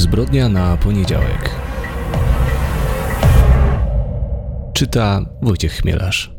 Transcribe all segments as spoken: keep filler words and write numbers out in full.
Zbrodnia na poniedziałek. Czyta Wojciech Chmielarz.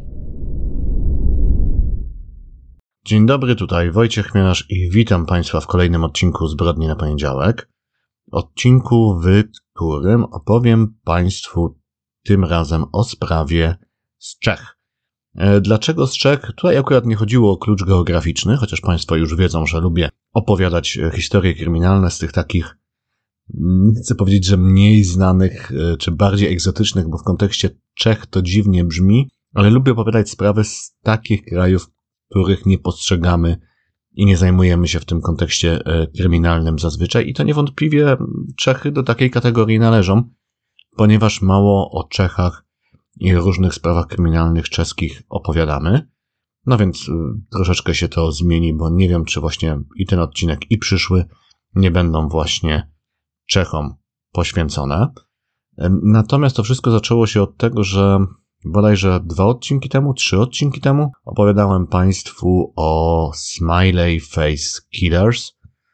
Dzień dobry, tutaj Wojciech Chmielarz i witam Państwa w kolejnym odcinku Zbrodni na poniedziałek. Odcinku, w którym opowiem Państwu tym razem o sprawie z Czech. Dlaczego z Czech? Tutaj akurat nie chodziło o klucz geograficzny, chociaż Państwo już wiedzą, że lubię opowiadać historie kryminalne z tych takich, nie chcę powiedzieć, że mniej znanych czy bardziej egzotycznych, bo w kontekście Czech to dziwnie brzmi, ale lubię opowiadać sprawy z takich krajów, których nie postrzegamy i nie zajmujemy się w tym kontekście kryminalnym zazwyczaj. I to niewątpliwie Czechy do takiej kategorii należą, ponieważ mało o Czechach i różnych sprawach kryminalnych czeskich opowiadamy. No więc troszeczkę się to zmieni, bo nie wiem, czy właśnie i ten odcinek, i przyszły nie będą właśnie Czechom poświęcone. Natomiast to wszystko zaczęło się od tego, że bodajże dwa odcinki temu, trzy odcinki temu opowiadałem Państwu o Smiley Face Killers,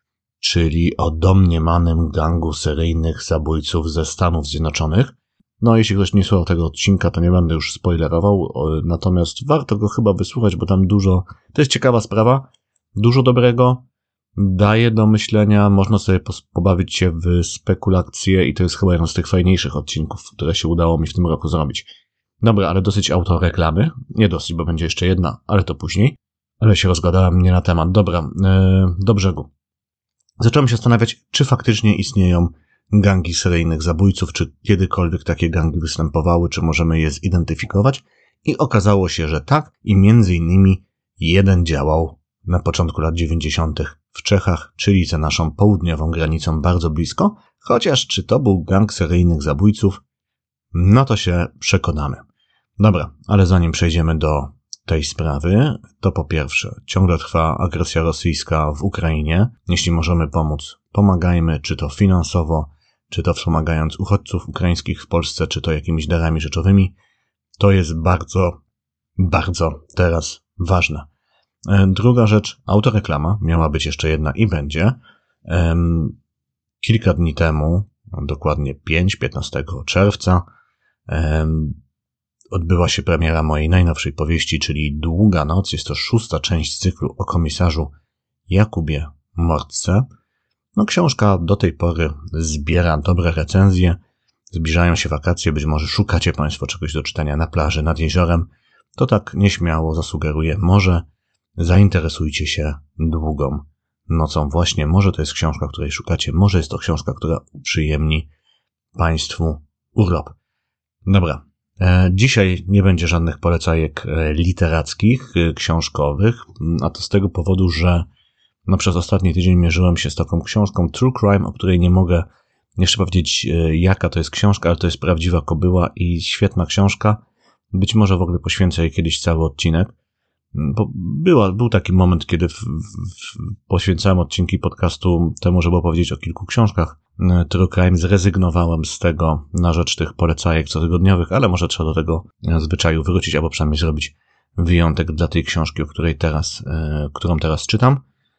czyli o domniemanym gangu seryjnych zabójców ze Stanów Zjednoczonych. No, jeśli ktoś nie słuchał tego odcinka, to nie będę już spoilerował, natomiast warto go chyba wysłuchać, bo tam dużo, to jest ciekawa sprawa, dużo dobrego, daje do myślenia, można sobie pobawić się w spekulacje i to jest chyba jeden z tych fajniejszych odcinków, które się udało mi w tym roku zrobić. Dobra, ale dosyć autoreklamy, nie dosyć, bo będzie jeszcze jedna, ale to później, ale się rozgadałem nie na temat. Dobra, yy, do brzegu. Zacząłem się zastanawiać, czy faktycznie istnieją gangi seryjnych zabójców, czy kiedykolwiek takie gangi występowały, czy możemy je zidentyfikować. I okazało się, że tak i między innymi jeden działał na początku lat dziewięćdziesiątych w Czechach, czyli za naszą południową granicą bardzo blisko, chociaż czy to był gang seryjnych zabójców, no to się przekonamy. Dobra, ale zanim przejdziemy do tej sprawy, to po pierwsze, ciągle trwa agresja rosyjska w Ukrainie. Jeśli możemy pomóc, pomagajmy, czy to finansowo, czy to wspomagając uchodźców ukraińskich w Polsce, czy to jakimiś darami rzeczowymi. To jest bardzo, bardzo teraz ważne. Druga rzecz, autoreklama, miała być jeszcze jedna i będzie. Kilka dni temu, dokładnie piątego, piętnastego czerwca, odbyła się premiera mojej najnowszej powieści, czyli Długa noc. Jest to szósta część cyklu o komisarzu Jakubie Mordce. No, książka do tej pory zbiera dobre recenzje. Zbliżają się wakacje, być może szukacie Państwo czegoś do czytania na plaży, nad jeziorem. To tak nieśmiało zasugeruję, może zainteresujcie się Długą nocą właśnie. Może to jest książka, której szukacie, może jest to książka, która uprzyjemni Państwu urlop. Dobra. Dzisiaj nie będzie żadnych polecajek literackich, książkowych, a to z tego powodu, że no przez ostatni tydzień mierzyłem się z taką książką True Crime, o której nie mogę jeszcze powiedzieć, jaka to jest książka, ale to jest Prawdziwa kobyła i świetna książka. Być może w ogóle poświęcę jej kiedyś cały odcinek, bo była, był taki moment, kiedy w, w, poświęcałem odcinki podcastu temu, żeby opowiedzieć o kilku książkach True Crime. Zrezygnowałem z tego na rzecz tych polecajek cotygodniowych, ale może trzeba do tego zwyczaju wrócić, albo przynajmniej zrobić wyjątek dla tej książki, o której teraz, yy, którą teraz czytam.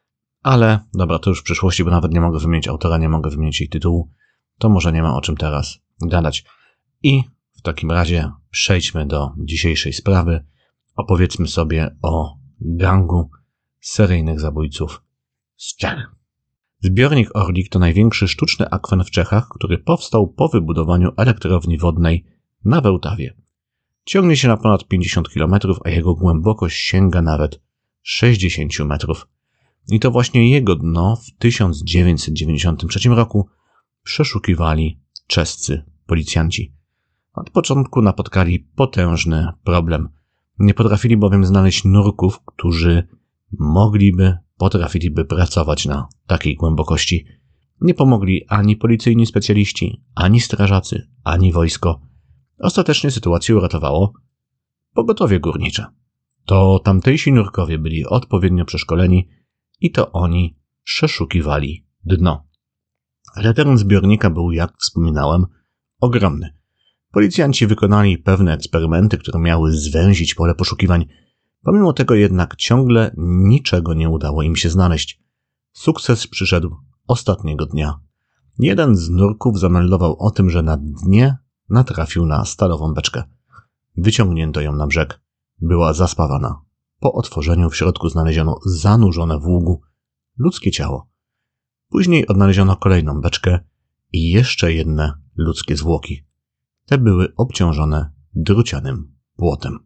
Ale dobra, to już w przyszłości, bo nawet nie mogę wymienić autora, nie mogę wymienić jej tytułu, to może nie ma o czym teraz gadać. I w takim razie przejdźmy do dzisiejszej sprawy. Opowiedzmy sobie o gangu seryjnych zabójców z Czech. Zbiornik Orlik to największy sztuczny akwen w Czechach, który powstał po wybudowaniu elektrowni wodnej na Wełtawie. Ciągnie się na ponad pięćdziesiąt kilometrów, a jego głębokość sięga nawet sześćdziesiąt metrów. I to właśnie jego dno w tysiąc dziewięćset dziewięćdziesiątym trzecim roku przeszukiwali czescy policjanci. Od początku napotkali potężny problem. Nie potrafili bowiem znaleźć nurków, którzy mogliby, potrafiliby pracować na takiej głębokości. Nie pomogli ani policyjni specjaliści, ani strażacy, ani wojsko. Ostatecznie sytuację uratowało pogotowie górnicze. To tamtejsi nurkowie byli odpowiednio przeszkoleni i to oni przeszukiwali dno. Ale teren zbiornika był, jak wspominałem, ogromny. Policjanci wykonali pewne eksperymenty, które miały zwęzić pole poszukiwań. Pomimo tego jednak ciągle niczego nie udało im się znaleźć. Sukces przyszedł ostatniego dnia. Jeden z nurków zameldował o tym, że na dnie natrafił na stalową beczkę. Wyciągnięto ją na brzeg. Była zaspawana. Po otworzeniu w środku znaleziono zanurzone w ługu ludzkie ciało. Później odnaleziono kolejną beczkę i jeszcze jedne ludzkie zwłoki. Te były obciążone drucianym płotem.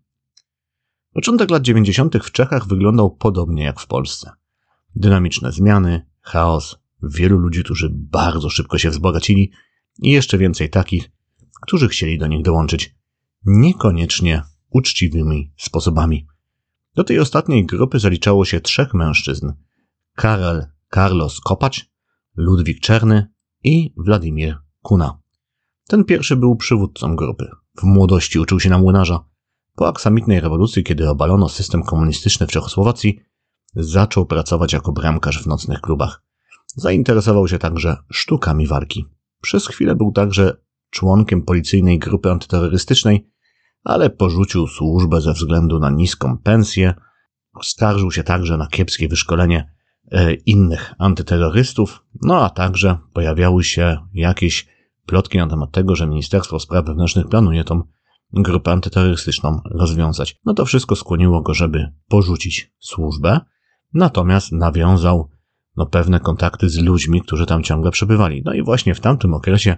Początek lat dziewięćdziesiątych w Czechach wyglądał podobnie jak w Polsce. Dynamiczne zmiany, chaos, wielu ludzi, którzy bardzo szybko się wzbogacili i jeszcze więcej takich, którzy chcieli do nich dołączyć. Niekoniecznie uczciwymi sposobami. Do tej ostatniej grupy zaliczało się trzech mężczyzn. Karel Carlos Kopacz, Ludwik Czerny i Władimir Kuna. Ten pierwszy był przywódcą grupy. W młodości uczył się na młynarza. Po aksamitnej rewolucji, kiedy obalono system komunistyczny w Czechosłowacji, zaczął pracować jako bramkarz w nocnych klubach. Zainteresował się także sztukami walki. Przez chwilę był także członkiem policyjnej grupy antyterrorystycznej, ale porzucił służbę ze względu na niską pensję. Skarżył się także na kiepskie wyszkolenie e, innych antyterrorystów, no a także pojawiały się jakieś plotki na temat tego, że Ministerstwo Spraw Wewnętrznych planuje tą grupę antyterrorystyczną rozwiązać. No to wszystko skłoniło go, żeby porzucić służbę, natomiast nawiązał no, pewne kontakty z ludźmi, którzy tam ciągle przebywali. No i właśnie w tamtym okresie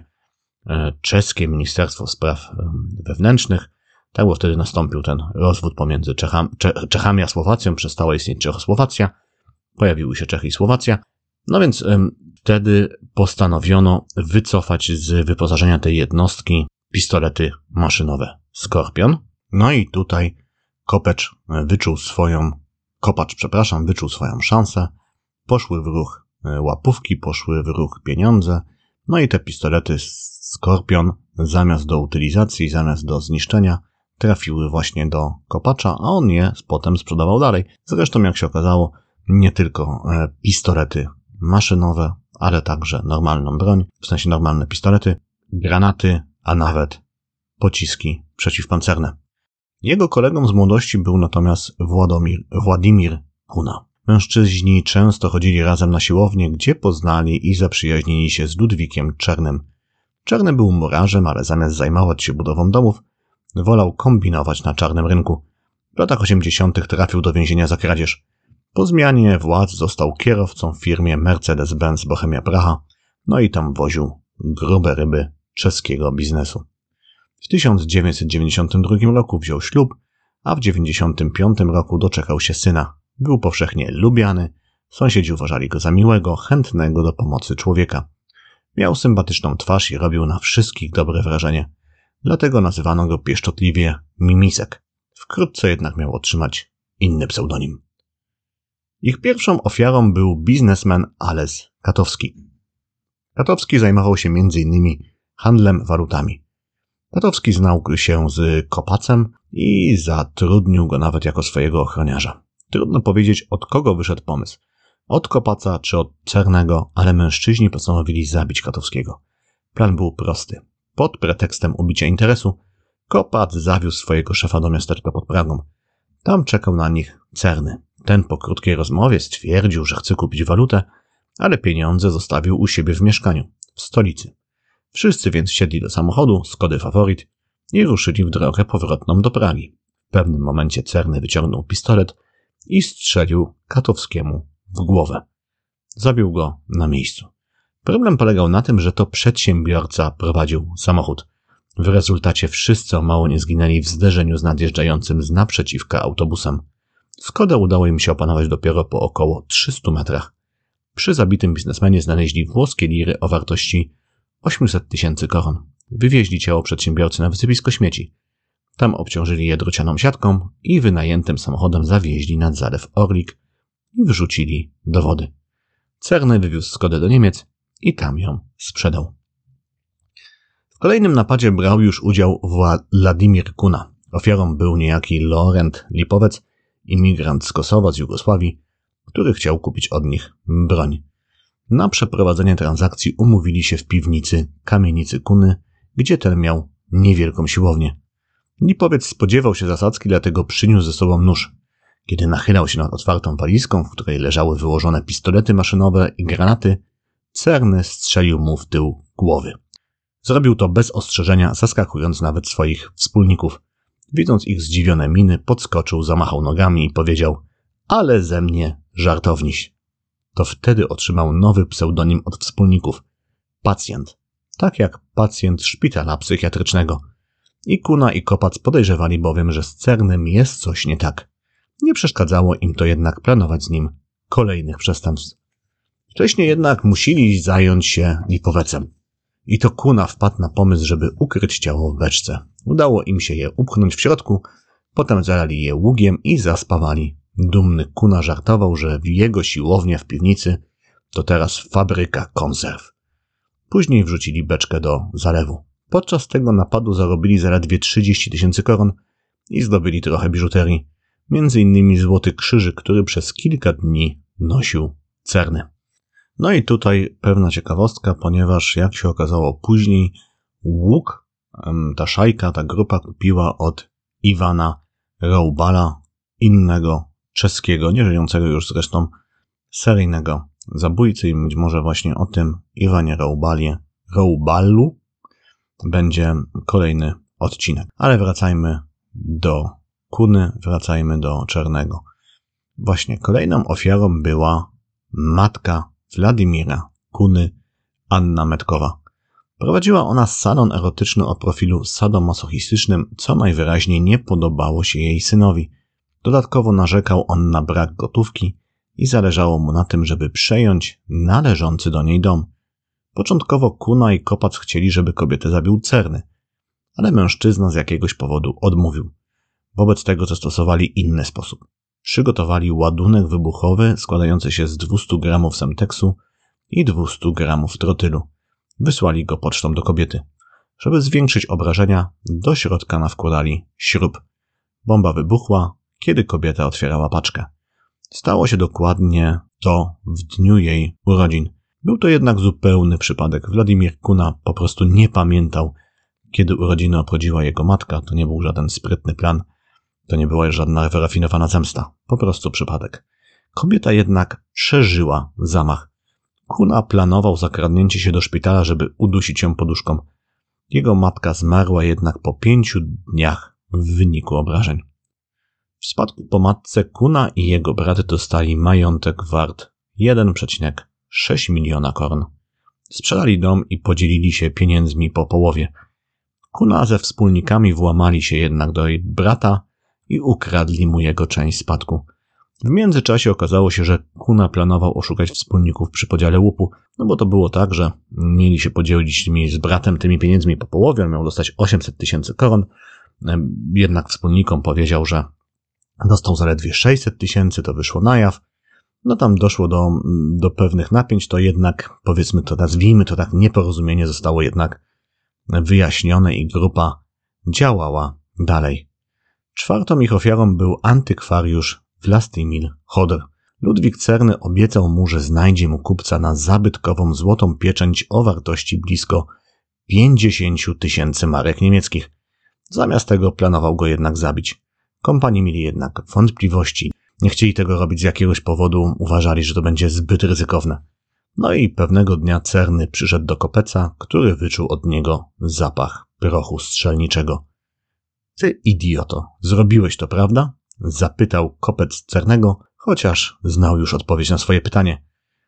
e, czeskie Ministerstwo Spraw Wewnętrznych, tak, bo wtedy nastąpił ten rozwód pomiędzy Czechami, Cze, Czechami a Słowacją, przestała istnieć Czechosłowacja, pojawiły się Czechy i Słowacja, no więc ym, wtedy postanowiono wycofać z wyposażenia tej jednostki pistolety maszynowe Skorpion. No i tutaj Kopacz wyczuł swoją, Kopacz, przepraszam, wyczuł swoją szansę, poszły w ruch łapówki, poszły w ruch pieniądze, no i te pistolety Skorpion zamiast do utylizacji, zamiast do zniszczenia, trafiły właśnie do Kopacza, a on je potem sprzedawał dalej. Zresztą, jak się okazało, nie tylko pistolety maszynowe, ale także normalną broń, w sensie normalne pistolety, granaty, a nawet pociski przeciwpancerne. Jego kolegą z młodości był natomiast Władimir, Władimir Kuna. Mężczyźni często chodzili razem na siłownię, gdzie poznali i zaprzyjaźnili się z Ludwikiem Czernym. Czerny był murarzem, ale zamiast zajmować się budową domów, wolał kombinować na czarnym rynku. W latach osiemdziesiątych trafił do więzienia za kradzież. Po zmianie władz został kierowcą w firmie Mercedes-Benz Bohemia Praha, no i tam woził grube ryby czeskiego biznesu. W tysiąc dziewięćset dziewięćdziesiątym drugim roku wziął ślub, a w dziewięćdziesiątym piątym roku doczekał się syna. Był powszechnie lubiany, sąsiedzi uważali go za miłego, chętnego do pomocy człowieka. Miał sympatyczną twarz i robił na wszystkich dobre wrażenie. Dlatego nazywano go pieszczotliwie Mimisek. Wkrótce jednak miał otrzymać inny pseudonim. Ich pierwszą ofiarą był biznesmen Ales Katowski. Katowski zajmował się między innymi handlem walutami. Katowski znał się z Kopacem i zatrudnił go nawet jako swojego ochroniarza. Trudno powiedzieć, od kogo wyszedł pomysł. Od Kopaca czy od Czernego, ale mężczyźni postanowili zabić Katowskiego. Plan był prosty. Pod pretekstem ubicia interesu Kopac zawiózł swojego szefa do miasteczka pod Pragą. Tam czekał na nich Czerny. Ten po krótkiej rozmowie stwierdził, że chce kupić walutę, ale pieniądze zostawił u siebie w mieszkaniu, w stolicy. Wszyscy więc wsiedli do samochodu, Skody Favorit, i ruszyli w drogę powrotną do Pragi. W pewnym momencie Czerny wyciągnął pistolet i strzelił Katowskiemu w głowę. Zabił go na miejscu. Problem polegał na tym, że to przedsiębiorca prowadził samochód. W rezultacie wszyscy o mało nie zginęli w zderzeniu z nadjeżdżającym z naprzeciwka autobusem. Skodę udało im się opanować dopiero po około trzystu metrach. Przy zabitym biznesmenie znaleźli włoskie liry o wartości osiemset tysięcy koron. Wywieźli ciało przedsiębiorcy na wysypisko śmieci. Tam obciążyli je drucianą siatką i wynajętym samochodem zawieźli nad zalew Orlik i wrzucili do wody. Czerny wywiózł Skodę do Niemiec i tam ją sprzedał. W kolejnym napadzie brał już udział Władimir Kuna. Ofiarą był niejaki Laurent Lipowec, imigrant z Kosowa, z Jugosławii, który chciał kupić od nich broń. Na przeprowadzenie transakcji umówili się w piwnicy kamienicy Kuny, gdzie ten miał niewielką siłownię. Lipowiec spodziewał się zasadzki, dlatego przyniósł ze sobą nóż. Kiedy nachylał się nad otwartą walizką, w której leżały wyłożone pistolety maszynowe i granaty, Cerny strzelił mu w tył głowy. Zrobił to bez ostrzeżenia, zaskakując nawet swoich wspólników. Widząc ich zdziwione miny, podskoczył, zamachał nogami i powiedział: ale ze mnie żartowniś. To wtedy otrzymał nowy pseudonim od wspólników. Pacjent. Tak jak pacjent szpitala psychiatrycznego. I Kuna i Kopac podejrzewali bowiem, że z Cernym jest coś nie tak. Nie przeszkadzało im to jednak planować z nim kolejnych przestępstw. Wcześniej jednak musieli zająć się Lipowecem. I to Kuna wpadł na pomysł, żeby ukryć ciało w beczce. Udało im się je upchnąć w środku, potem zalali je ługiem i zaspawali. Dumny Kuna żartował, że w jego siłownia w piwnicy to teraz fabryka konserw. Później wrzucili beczkę do zalewu. Podczas tego napadu zarobili zaledwie trzydzieści tysięcy koron i zdobyli trochę biżuterii, między innymi złoty krzyżyk, który przez kilka dni nosił Cerny. No i tutaj pewna ciekawostka, ponieważ jak się okazało później, łuk ta szajka, ta grupa kupiła od Iwana Roubala, innego czeskiego, nieżyjącego już zresztą, seryjnego zabójcy i być może właśnie o tym Iwanie Roubalie, Roubalu będzie kolejny odcinek. Ale wracajmy do Kuny, wracajmy do Czernego. Właśnie kolejną ofiarą była matka Władimira Kuny, Anna Metkowa. Prowadziła ona salon erotyczny o profilu sadomasochistycznym, co najwyraźniej nie podobało się jej synowi. Dodatkowo narzekał on na brak gotówki i zależało mu na tym, żeby przejąć należący do niej dom. Początkowo Kuna i Kopac chcieli, żeby kobietę zabił Cerny, ale mężczyzna z jakiegoś powodu odmówił. Wobec tego zastosowali inny sposób. Przygotowali ładunek wybuchowy składający się z dwieście gramów semteksu i dwieście gramów trotylu. Wysłali go pocztą do kobiety. Żeby zwiększyć obrażenia, do środka nawkładali śrub. Bomba wybuchła, kiedy kobieta otwierała paczkę. Stało się dokładnie to w dniu jej urodzin. Był to jednak zupełny przypadek. Władimir Kuna po prostu nie pamiętał, kiedy urodziny obchodziła jego matka. To nie był żaden sprytny plan. To nie była żadna wyrafinowana zemsta. Po prostu przypadek. Kobieta jednak przeżyła zamach. Kuna planował zakradnięcie się do szpitala, żeby udusić ją poduszką. Jego matka zmarła jednak po pięciu dniach w wyniku obrażeń. W spadku po matce Kuna i jego brat dostali majątek wart jeden przecinek sześć miliona koron. Sprzedali dom i podzielili się pieniędzmi po połowie. Kuna ze wspólnikami włamali się jednak do jej brata i ukradli mu jego część spadku. W międzyczasie okazało się, że Kuna planował oszukać wspólników przy podziale łupu, no bo to było tak, że mieli się podzielić tymi z bratem tymi pieniędzmi po połowie, on miał dostać osiemset tysięcy koron, jednak wspólnikom powiedział, że dostał zaledwie sześćset tysięcy, to wyszło na jaw. No tam doszło do, do pewnych napięć, to jednak, powiedzmy to, nazwijmy to tak, nieporozumienie zostało jednak wyjaśnione i grupa działała dalej. Czwartą ich ofiarą był antykwariusz Vlastimil Chodor. Ludwik Cerny obiecał mu, że znajdzie mu kupca na zabytkową złotą pieczęć o wartości blisko pięćdziesiąt tysięcy marek niemieckich. Zamiast tego planował go jednak zabić. Kompanii mieli jednak wątpliwości. Nie chcieli tego robić z jakiegoś powodu, uważali, że to będzie zbyt ryzykowne. No i pewnego dnia Cerny przyszedł do Kopeca, który wyczuł od niego zapach prochu strzelniczego. Ty idioto, zrobiłeś to, prawda? Zapytał Kopec Cernego, chociaż znał już odpowiedź na swoje pytanie.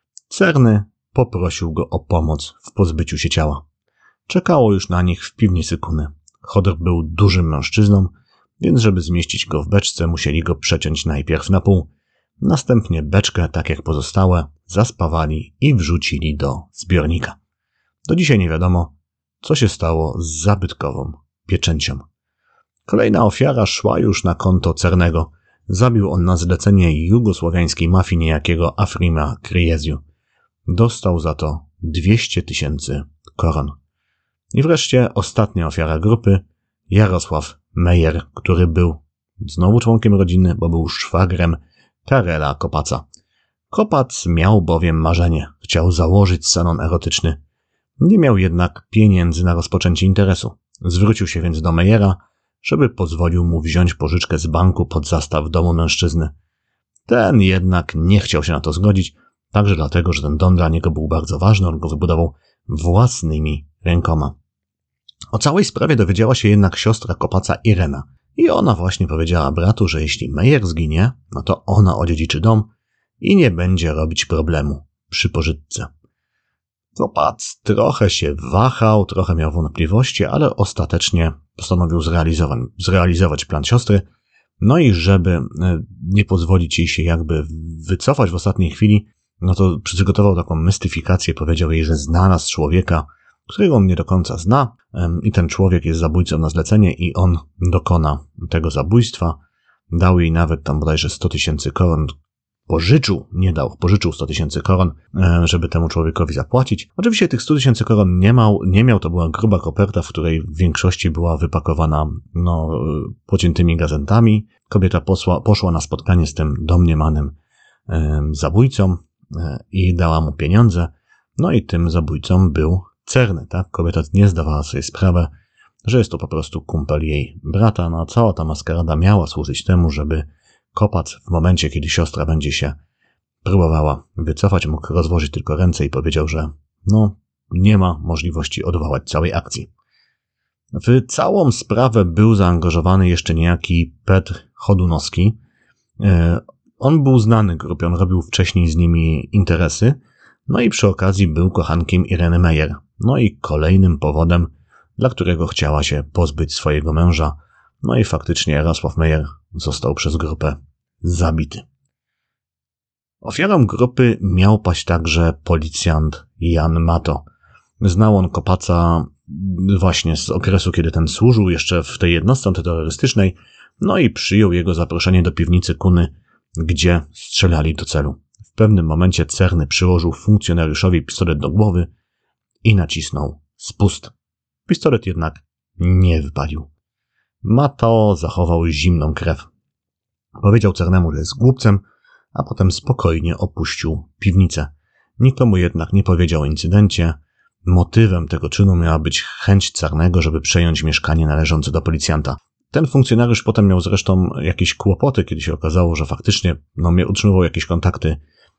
Cerny poprosił go o pomoc w pozbyciu się ciała. Czekało już na nich w piwnicy Kuny. Chodor był dużym mężczyzną, więc żeby zmieścić go w beczce, musieli go przeciąć najpierw na pół. Następnie beczkę, tak jak pozostałe, zaspawali i wrzucili do zbiornika. Do dzisiaj nie wiadomo, co się stało z zabytkową pieczęcią. Kolejna ofiara szła już na konto Cernego. Zabił on na zlecenie jugosłowiańskiej mafii niejakiego Afrima Kryjeziu. Dostał za to dwieście tysięcy koron. I wreszcie ostatnia ofiara grupy, Jarosław Meyer, który był znowu członkiem rodziny, bo był szwagrem Karela Kopaca. Kopac miał bowiem marzenie. Chciał założyć salon erotyczny. Nie miał jednak pieniędzy na rozpoczęcie interesu. Zwrócił się więc do Meyera, żeby pozwolił mu wziąć pożyczkę z banku pod zastaw domu mężczyzny. Ten jednak nie chciał się na to zgodzić, Także dlatego, że ten dom dla niego był bardzo ważny, on go wybudował własnymi rękoma. O całej sprawie dowiedziała się jednak siostra Kopaca Irena i ona właśnie powiedziała bratu, że jeśli Meyer zginie, no to ona odziedziczy dom i nie będzie robić problemu przy pożyczce. Kopac trochę się wahał, trochę miał wątpliwości, ale ostatecznie postanowił zrealizować, zrealizować plan siostry. No i żeby nie pozwolić jej się jakby wycofać w ostatniej chwili, no to przygotował taką mystyfikację, powiedział jej, że znalazł człowieka, którego on nie do końca zna i ten człowiek jest zabójcą na zlecenie i on dokona tego zabójstwa. Dał jej nawet tam bodajże sto tysięcy koron. Pożyczył, nie dał, pożyczył sto tysięcy koron, żeby temu człowiekowi zapłacić. Oczywiście tych sto tysięcy koron nie miał, nie miał, to była gruba koperta, w której w większości była wypakowana no, pociętymi gazetami. Kobieta posła, poszła na spotkanie z tym domniemanym e, zabójcą e, i dała mu pieniądze. No i tym zabójcą był Cerny, tak? Kobieta nie zdawała sobie sprawy, że jest to po prostu kumpel jej brata. No a cała ta maskarada miała służyć temu, żeby Kopac w momencie, kiedy siostra będzie się próbowała wycofać, mógł rozłożyć tylko ręce i powiedział, że no nie ma możliwości odwołać całej akcji. W całą sprawę był zaangażowany jeszcze niejaki Petr Chodunowski. On był znany grupie, on robił wcześniej z nimi interesy, no i przy okazji był kochankiem Ireny Meyer. No i kolejnym powodem, dla którego chciała się pozbyć swojego męża. No i faktycznie Jarosław Meyer został przez grupę zabity. Ofiarą grupy miał paść także policjant Jan Mato. Znał on Kopaca właśnie z okresu, kiedy ten służył jeszcze w tej jednostce antyterrorystycznej, no i przyjął jego zaproszenie do piwnicy Kuny, gdzie strzelali do celu. W pewnym momencie Cerny przyłożył funkcjonariuszowi pistolet do głowy i nacisnął spust. Pistolet jednak nie wypalił. Mato zachował zimną krew. Powiedział Cernemu, że jest głupcem, a potem spokojnie opuścił piwnicę. Nikomu jednak nie powiedział o incydencie. Motywem tego czynu miała być chęć Cernego, żeby przejąć mieszkanie należące do policjanta. Ten funkcjonariusz potem miał zresztą jakieś kłopoty, kiedy się okazało, że faktycznie no, utrzymywał jakieś kontakty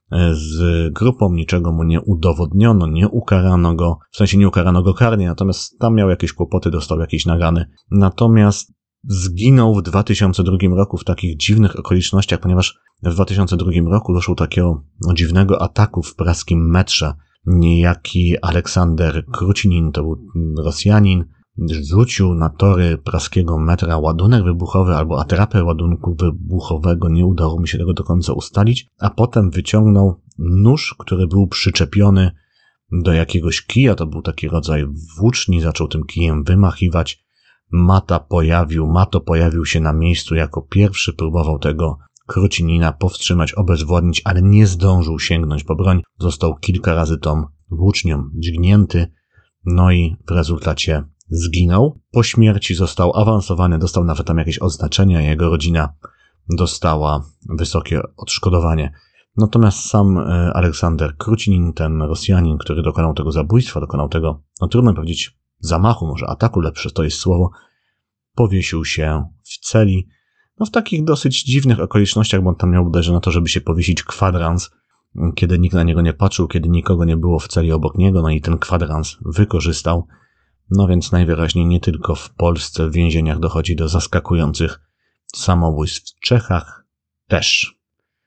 z grupą, niczego mu nie udowodniono, nie ukarano go, w sensie nie ukarano go karnie, natomiast tam miał jakieś kłopoty, dostał jakieś nagany. Natomiast zginął w dwa tysiące drugim roku w takich dziwnych okolicznościach, ponieważ w dwa tysiące drugim roku doszło do takiego no, dziwnego ataku w praskim metrze. Niejaki Aleksander Krucinin, to był Rosjanin, rzucił na tory praskiego metra ładunek wybuchowy albo atrapę ładunku wybuchowego, nie udało mi się tego do końca ustalić, a potem wyciągnął nóż, który był przyczepiony do jakiegoś kija, to był taki rodzaj włóczni, zaczął tym kijem wymachiwać. Mata pojawił, Mato pojawił się na miejscu jako pierwszy, próbował tego Krucinina powstrzymać, obezwładnić, ale nie zdążył sięgnąć po broń. Został kilka razy tą włócznią dźgnięty, no i w rezultacie zginął. Po śmierci został awansowany, dostał nawet tam jakieś odznaczenia, jego rodzina dostała wysokie odszkodowanie. Natomiast sam Aleksander Krucinin, ten Rosjanin, który dokonał tego zabójstwa, dokonał tego, no trudno powiedzieć, zamachu, może ataku, lepsze to jest słowo, powiesił się w celi, no w takich dosyć dziwnych okolicznościach, bo on tam miał bodajże na to, żeby się powiesić kwadrans, kiedy nikt na niego nie patrzył, kiedy nikogo nie było w celi obok niego, no i ten kwadrans wykorzystał. No więc najwyraźniej nie tylko w Polsce w więzieniach dochodzi do zaskakujących samobójstw. W Czechach też.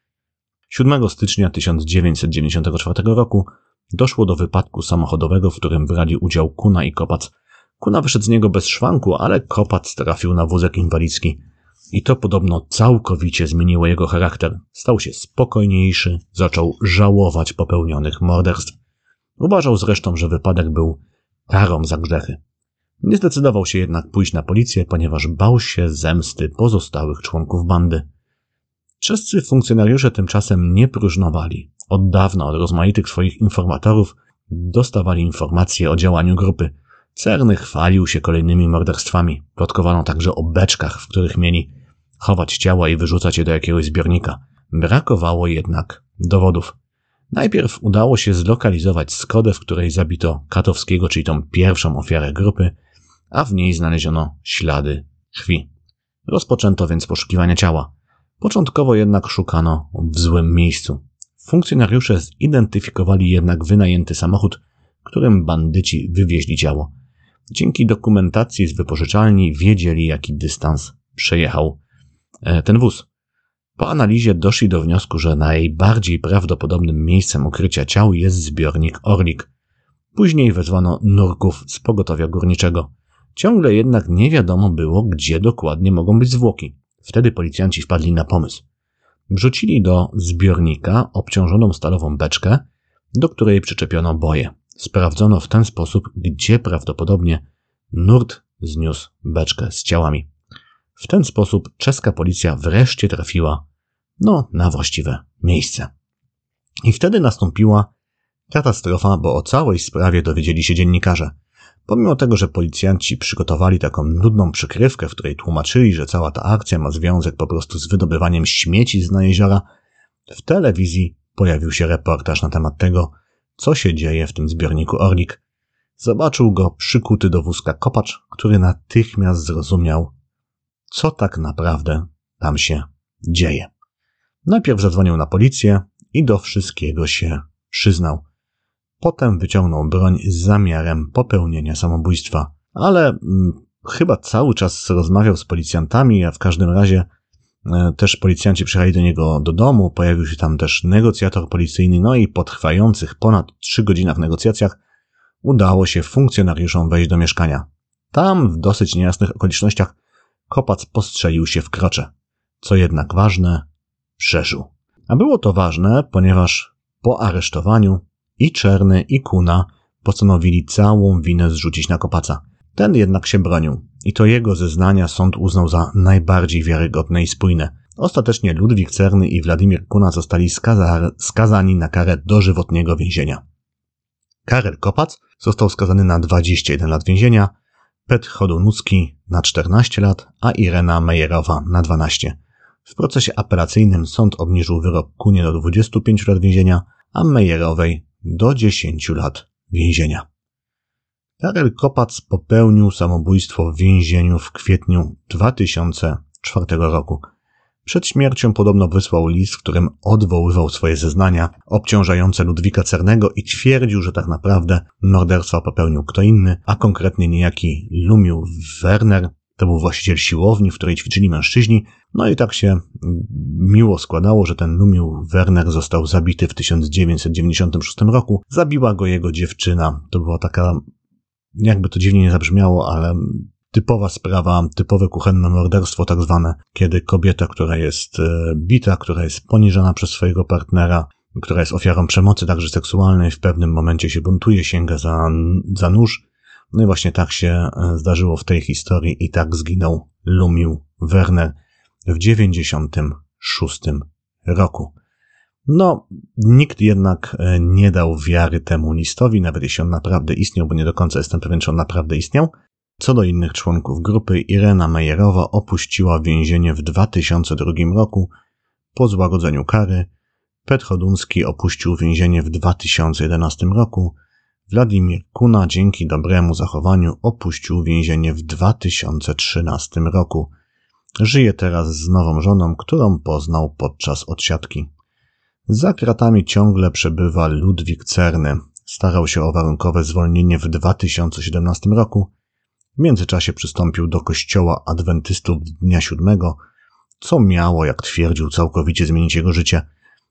siódmego stycznia tysiąc dziewięćset dziewięćdziesiątego czwartego roku doszło do wypadku samochodowego, w którym brali udział Kuna i Kopac. Kuna wyszedł z niego bez szwanku, ale Kopac trafił na wózek inwalidzki. I to podobno całkowicie zmieniło jego charakter. Stał się spokojniejszy, zaczął żałować popełnionych morderstw. Uważał zresztą, że wypadek był karą za grzechy. Nie zdecydował się jednak pójść na policję, ponieważ bał się zemsty pozostałych członków bandy. Czescy funkcjonariusze tymczasem nie próżnowali. Od dawna od rozmaitych swoich informatorów dostawali informacje o działaniu grupy. Cerny chwalił się kolejnymi morderstwami. Plotkowano także o beczkach, w których mieli chować ciała i wyrzucać je do jakiegoś zbiornika. Brakowało jednak dowodów. Najpierw udało się zlokalizować Skodę, w której zabito Katowskiego, czyli tą pierwszą ofiarę grupy, a w niej znaleziono ślady krwi. Rozpoczęto więc poszukiwania ciała. Początkowo jednak szukano w złym miejscu. Funkcjonariusze zidentyfikowali jednak wynajęty samochód, którym bandyci wywieźli ciało. Dzięki dokumentacji z wypożyczalni wiedzieli, jaki dystans przejechał ten wóz. Po analizie doszli do wniosku, że najbardziej prawdopodobnym miejscem ukrycia ciał jest zbiornik Orlik. Później wezwano nurków z pogotowia górniczego. Ciągle jednak nie wiadomo było, gdzie dokładnie mogą być zwłoki. Wtedy policjanci wpadli na pomysł. Wrzucili do zbiornika obciążoną stalową beczkę, do której przyczepiono boje. Sprawdzono w ten sposób, gdzie prawdopodobnie nurt zniósł beczkę z ciałami. W ten sposób czeska policja wreszcie trafiła no, na właściwe miejsce. I wtedy nastąpiła katastrofa, bo o całej sprawie dowiedzieli się dziennikarze. Pomimo tego, że policjanci przygotowali taką nudną przykrywkę, w której tłumaczyli, że cała ta akcja ma związek po prostu z wydobywaniem śmieci z dna jeziora, w telewizji pojawił się reportaż na temat tego, co się dzieje w tym zbiorniku Orlik. Zobaczył go przykuty do wózka kopacz, który natychmiast zrozumiał, co tak naprawdę tam się dzieje. Najpierw zadzwonił na policję i do wszystkiego się przyznał. Potem wyciągnął broń z zamiarem popełnienia samobójstwa, ale hmm, chyba cały czas rozmawiał z policjantami, a w każdym razie e, też policjanci przyjechali do niego do domu, pojawił się tam też negocjator policyjny, no i po trwających ponad trzy godzinach negocjacjach udało się funkcjonariuszom wejść do mieszkania. Tam w dosyć niejasnych okolicznościach kopac postrzelił się w krocze. Co jednak ważne, przeżył. A było to ważne, ponieważ po aresztowaniu i Czerny, i Kuna postanowili całą winę zrzucić na kopaca. Ten jednak się bronił i to jego zeznania sąd uznał za najbardziej wiarygodne i spójne. Ostatecznie Ludwik Czerny i Władimir Kuna zostali skaza- skazani na karę dożywotniego więzienia. Karel Kopac został skazany na dwadzieścia jeden lat więzienia, Petr Chodonucki na czternaście lat, a Irena Mejerowa na dwanaście. W procesie apelacyjnym sąd obniżył wyrok Kunie do dwudziestu pięciu lat więzienia, a Mejerowej do dziesięciu lat więzienia. Karel Kopac popełnił samobójstwo w więzieniu w kwietniu dwa tysiące czwartego roku. Przed śmiercią podobno wysłał list, w którym odwoływał swoje zeznania obciążające Ludwika Czernego i twierdził, że tak naprawdę morderstwa popełnił kto inny, a konkretnie niejaki Lumił Werner. To był właściciel siłowni, w której ćwiczyli mężczyźni. No i tak się miło składało, że ten Lumił Werner został zabity w tysiąc dziewięćset dziewięćdziesiątym szóstym roku. Zabiła go jego dziewczyna. To była taka, jakby to dziwnie nie zabrzmiało, ale typowa sprawa, typowe kuchenne morderstwo tak zwane, kiedy kobieta, która jest bita, która jest poniżana przez swojego partnera, która jest ofiarą przemocy także seksualnej, w pewnym momencie się buntuje, sięga za, za nóż. No i właśnie tak się zdarzyło w tej historii i tak zginął Lumił Werner w dziewięćdziesiątym szóstym roku. No, nikt jednak nie dał wiary temu listowi, nawet jeśli on naprawdę istniał, bo nie do końca jestem pewien, czy on naprawdę istniał. Co do innych członków grupy, Irena Mejerowa opuściła więzienie w dwa tysiące drugim roku po złagodzeniu kary, Petr Choduński opuścił więzienie w dwa tysiące jedenastym roku, Władimir Kuna dzięki dobremu zachowaniu opuścił więzienie w dwa tysiące trzynastym roku. Żyje teraz z nową żoną, którą poznał podczas odsiadki. Za kratami ciągle przebywa Ludwik Czerny. Starał się o warunkowe zwolnienie w dwa tysiące siedemnastym roku. W międzyczasie przystąpił do kościoła adwentystów dnia siódmego, co miało, jak twierdził, całkowicie zmienić jego życie.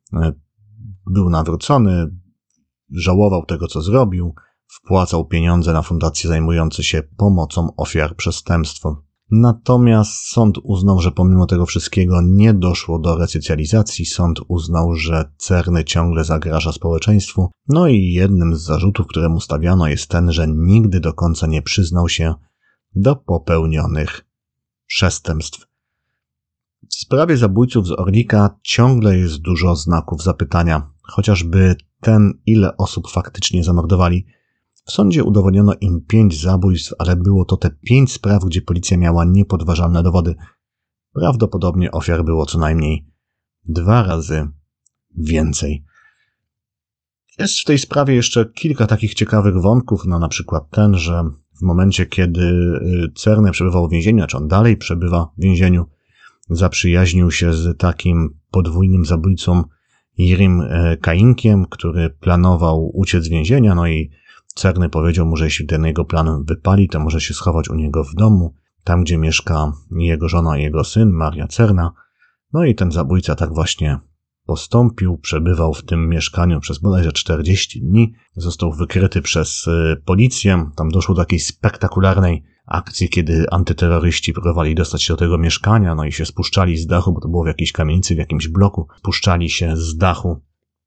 Był nawrócony, żałował tego, co zrobił, wpłacał pieniądze na fundacje zajmujące się pomocą ofiar przestępstwa. Natomiast sąd uznał, że pomimo tego wszystkiego nie doszło do resocjalizacji. Sąd uznał, że Czerny ciągle zagraża społeczeństwu. No i jednym z zarzutów, które mu stawiano, jest ten, że nigdy do końca nie przyznał się do popełnionych przestępstw. W sprawie zabójców z Orlika ciągle jest dużo znaków zapytania. Chociażby ten, ile osób faktycznie zamordowali. W sądzie udowodniono im pięć zabójstw, ale było to te pięć spraw, gdzie policja miała niepodważalne dowody. Prawdopodobnie ofiar było co najmniej dwa razy więcej. Jest w tej sprawie jeszcze kilka takich ciekawych wątków, no na przykład ten, że w momencie, kiedy Czerny przebywał w więzieniu, znaczy on dalej przebywa w więzieniu, zaprzyjaźnił się z takim podwójnym zabójcą Jirim Kainkiem, który planował uciec z więzienia, no i Cerny powiedział mu, że jeśli ten jego plan wypali, to może się schować u niego w domu, tam gdzie mieszka jego żona i jego syn, Maria Cerna. No i ten zabójca tak właśnie postąpił, przebywał w tym mieszkaniu przez bodajże czterdzieści dni, został wykryty przez policję, tam doszło do takiej spektakularnej akcji, kiedy antyterroryści próbowali dostać się do tego mieszkania, no i się spuszczali z dachu, bo to było w jakiejś kamienicy, w jakimś bloku, spuszczali się z dachu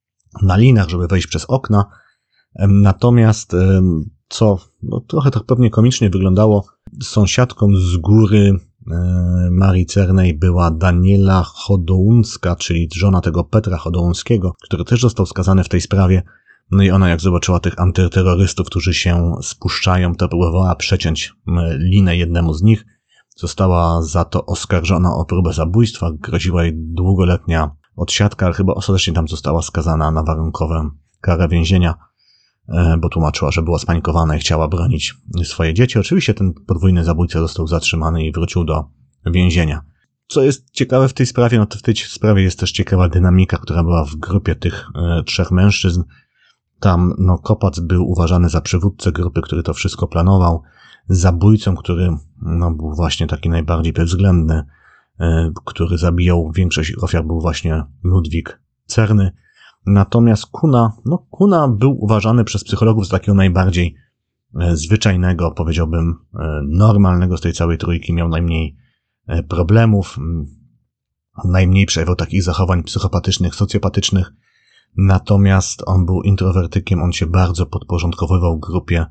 na linach, żeby wejść przez okna. Natomiast, co no, trochę tak pewnie komicznie wyglądało, sąsiadką z góry Marii Cernej była Daniela Chodołunska, czyli żona tego Petra Chodołunskiego, który też został skazany w tej sprawie. No i ona, jak zobaczyła tych antyterrorystów, którzy się spuszczają, to próbowała przeciąć linę jednemu z nich. Została za to oskarżona o próbę zabójstwa, groziła jej długoletnia odsiadka, ale chyba ostatecznie tam została skazana na warunkową karę więzienia, bo tłumaczyła, że była spanikowana i chciała bronić swoje dzieci. Oczywiście ten podwójny zabójca został zatrzymany i wrócił do więzienia. Co jest ciekawe w tej sprawie, no to w tej sprawie jest też ciekawa dynamika, która była w grupie tych e, trzech mężczyzn. Tam no Kopac był uważany za przywódcę grupy, który to wszystko planował. Zabójcą, który no był właśnie taki najbardziej bezwzględny, e, który zabijał większość ofiar, był właśnie Ludwik Cerny. Natomiast Kuna, no Kuna był uważany przez psychologów za takiego najbardziej e, zwyczajnego, powiedziałbym, e, normalnego z tej całej trójki, miał najmniej e, problemów, m, najmniej przejawiał takich zachowań psychopatycznych, socjopatycznych. Natomiast on był introwertykiem, on się bardzo podporządkowywał grupie,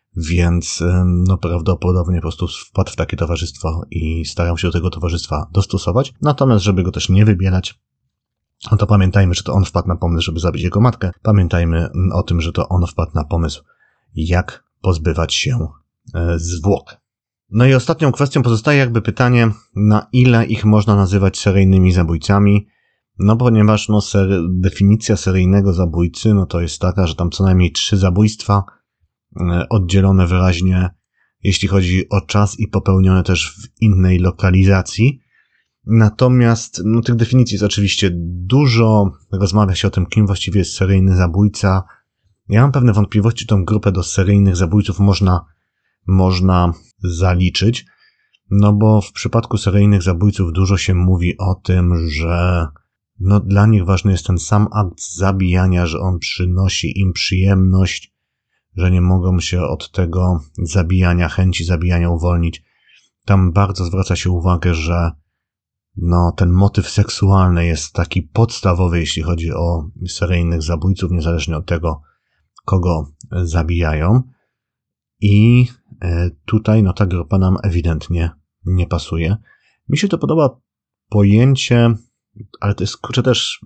więc e, no prawdopodobnie po prostu wpadł w takie towarzystwo i starał się do tego towarzystwa dostosować. Natomiast żeby go też nie wybierać, no to pamiętajmy, że to on wpadł na pomysł, żeby zabić jego matkę. Pamiętajmy o tym, że to on wpadł na pomysł, jak pozbywać się zwłok. No i ostatnią kwestią pozostaje jakby pytanie, na ile ich można nazywać seryjnymi zabójcami. No ponieważ no ser- definicja seryjnego zabójcy, no to jest taka, że tam co najmniej trzy zabójstwa oddzielone wyraźnie, jeśli chodzi o czas i popełnione też w innej lokalizacji. Natomiast no, tych definicji jest oczywiście dużo, rozmawia się o tym, kim właściwie jest seryjny zabójca. Ja mam pewne wątpliwości, czy tą grupę do seryjnych zabójców można, można zaliczyć, no bo w przypadku seryjnych zabójców dużo się mówi o tym, że no dla nich ważny jest ten sam akt zabijania, że on przynosi im przyjemność, że nie mogą się od tego zabijania, chęci zabijania uwolnić. Tam bardzo zwraca się uwagę, że no, ten motyw seksualny jest taki podstawowy, jeśli chodzi o seryjnych zabójców, niezależnie od tego, kogo zabijają. I tutaj, no, ta grupa nam ewidentnie nie pasuje. Mi się to podoba pojęcie, ale to jest, kurczę, też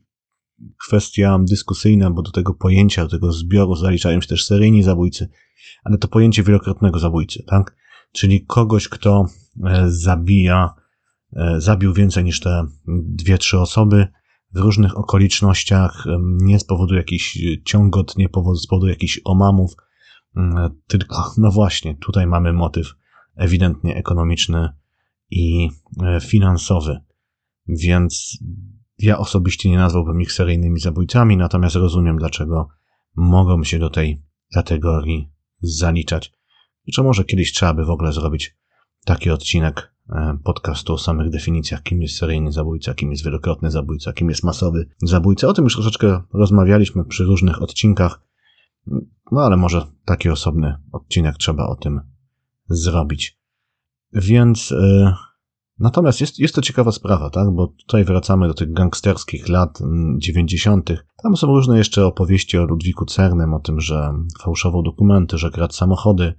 kwestia dyskusyjna, bo do tego pojęcia, do tego zbioru zaliczają się też seryjni zabójcy, ale to pojęcie wielokrotnego zabójcy, tak? Czyli kogoś, kto zabija zabił więcej niż te dwie, trzy osoby w różnych okolicznościach, nie z powodu jakichś ciągot, nie z powodu jakichś omamów, tylko, no właśnie, tutaj mamy motyw ewidentnie ekonomiczny i finansowy, więc ja osobiście nie nazwałbym ich seryjnymi zabójcami, natomiast rozumiem, dlaczego mogą się do tej kategorii zaliczać. Czy może kiedyś trzeba by w ogóle zrobić taki odcinek podcastu o samych definicjach, kim jest seryjny zabójca, kim jest wielokrotny zabójca, kim jest masowy zabójca. O tym już troszeczkę rozmawialiśmy przy różnych odcinkach, no ale może taki osobny odcinek trzeba o tym zrobić. Więc yy, natomiast jest, jest to ciekawa sprawa, tak? Bo tutaj wracamy do tych gangsterskich lat dziewięćdziesiątych. Tam są różne jeszcze opowieści o Ludwiku Cernym, o tym, że fałszował dokumenty, że kradł samochody,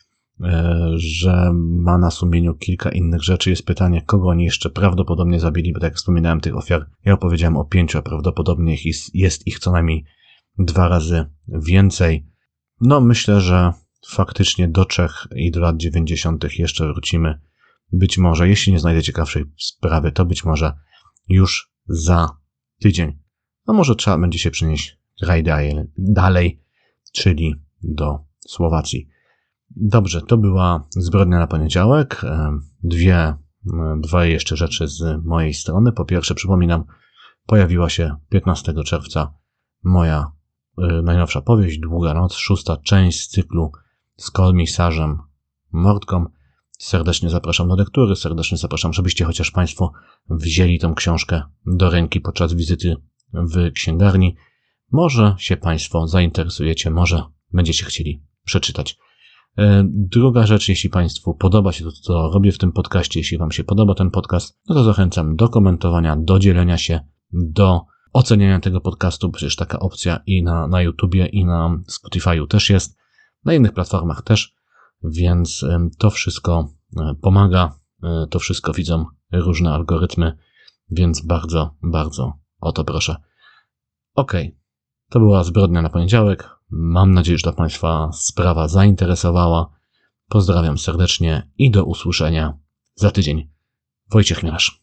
że ma na sumieniu kilka innych rzeczy. Jest pytanie, kogo oni jeszcze prawdopodobnie zabili, bo tak jak wspominałem, tych ofiar, ja opowiedziałem o pięciu, a prawdopodobnie jest, jest ich co najmniej dwa razy więcej. No myślę, że faktycznie do Czech i do lat dziewięćdziesiątych jeszcze wrócimy. Być może, jeśli nie znajdę ciekawszej sprawy, to być może już za tydzień. No może trzeba będzie się przenieść kraj dalej, czyli do Słowacji. Dobrze, to była Zbrodnia na poniedziałek. Dwie, dwa jeszcze rzeczy z mojej strony. Po pierwsze, przypominam, pojawiła się piętnastego czerwca moja y, najnowsza powieść, Długa noc, szósta część z cyklu z komisarzem Mordką. Serdecznie zapraszam do lektury, serdecznie zapraszam, żebyście chociaż Państwo wzięli tą książkę do ręki podczas wizyty w księgarni. Może się Państwo zainteresujecie, może będziecie chcieli przeczytać. Druga rzecz, jeśli Państwu podoba się to, co robię w tym podcaście, jeśli Wam się podoba ten podcast, no to zachęcam do komentowania, do dzielenia się, do oceniania tego podcastu, przecież taka opcja i na, na YouTubie, i na Spotify'u też jest, na innych platformach też, więc to wszystko pomaga, to wszystko widzą różne algorytmy, więc bardzo, bardzo o to proszę. Okej, okay. To była Zbrodnia na poniedziałek. Mam nadzieję, że ta Państwa sprawa zainteresowała. Pozdrawiam serdecznie i do usłyszenia za tydzień. Wojciech Chmielarz.